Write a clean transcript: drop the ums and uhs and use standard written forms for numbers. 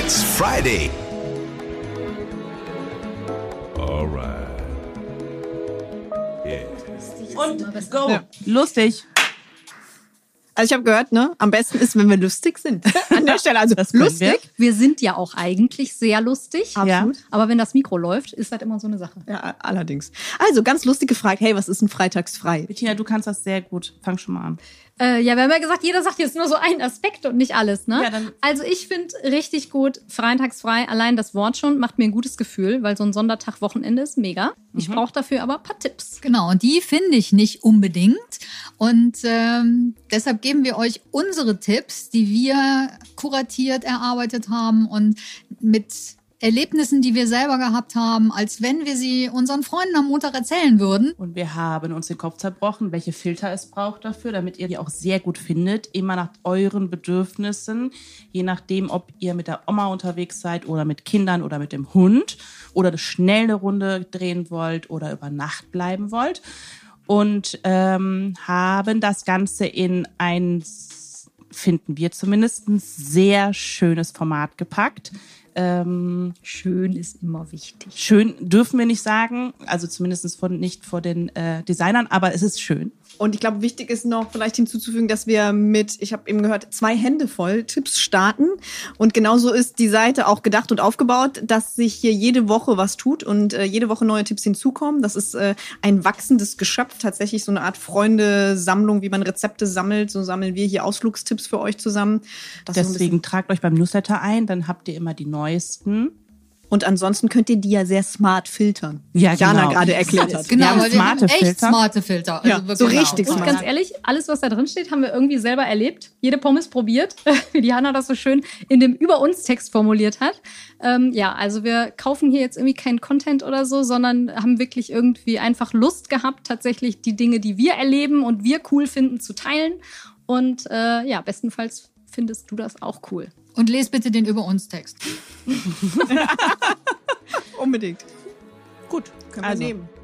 It's Friday. Alright. Yeah. Und go. Ja. Lustig. Also ich habe gehört, ne, am besten ist, wenn wir lustig sind. An der Stelle, also Das können lustig. Wir sind ja auch eigentlich sehr lustig. Absolut. Aber wenn das Mikro läuft, ist das immer so eine Sache. Ja, allerdings. Also ganz lustig gefragt, hey, was ist ein freitagsfrei? Bettina, du kannst das sehr gut. Fang schon mal an. Ja, wir haben ja gesagt, jeder sagt jetzt nur so einen Aspekt und nicht alles, ne? Ja, dann- Also ich finde richtig gut, freitagsfrei, allein das Wort schon, macht mir ein gutes Gefühl, weil so ein Sonntag Wochenende ist mega. Ich brauche dafür aber ein paar Tipps. Genau, und die finde ich nicht unbedingt. Und deshalb geben wir euch unsere Tipps, die wir kuratiert erarbeitet haben und mit Erlebnissen, die wir selber gehabt haben, als wenn wir sie unseren Freunden am Montag erzählen würden. Und wir haben uns den Kopf zerbrochen, welche Filter es braucht dafür, damit ihr die auch sehr gut findet. Immer nach euren Bedürfnissen. Je nachdem, ob ihr mit der Oma unterwegs seid oder mit Kindern oder mit dem Hund oder schnell eine Runde drehen wollt oder über Nacht bleiben wollt. Und haben das Ganze in ein, finden wir zumindest, ein sehr schönes Format gepackt. Schön ist immer wichtig. Schön dürfen wir nicht sagen, also zumindest nicht vor den Designern, aber es ist schön. Und ich glaube, wichtig ist noch vielleicht hinzuzufügen, dass wir ich habe eben gehört, 2 Hände voll Tipps starten. Und genauso ist die Seite auch gedacht und aufgebaut, dass sich hier jede Woche was tut und jede Woche neue Tipps hinzukommen. Das ist ein wachsendes Geschöpf, tatsächlich so eine Art Freunde-Sammlung, wie man Rezepte sammelt. So sammeln wir hier Ausflugstipps für euch zusammen. Das ist so ein Deswegen tragt euch beim Newsletter ein, dann habt ihr immer die neuesten. Und ansonsten könnt ihr die ja sehr smart filtern. Ja, Jana genau. gerade erklärt hat. Genau, haben weil wir haben smarte echt Filter. smarte Filter. Ja, wirklich so richtig Und smart. ganz ehrlich, alles, was da drin steht, haben wir irgendwie selber erlebt. Jede Pommes probiert, wie die Hanna das so schön in dem Über-uns-Text formuliert hat. Ja, also wir kaufen hier jetzt irgendwie keinen Content oder so, sondern haben wirklich irgendwie einfach Lust gehabt, tatsächlich die Dinge, die wir erleben und wir cool finden, zu teilen. Und ja, bestenfalls findest du das auch cool. Und lest bitte den Über-uns-Text. Unbedingt. Gut, Können wir nehmen.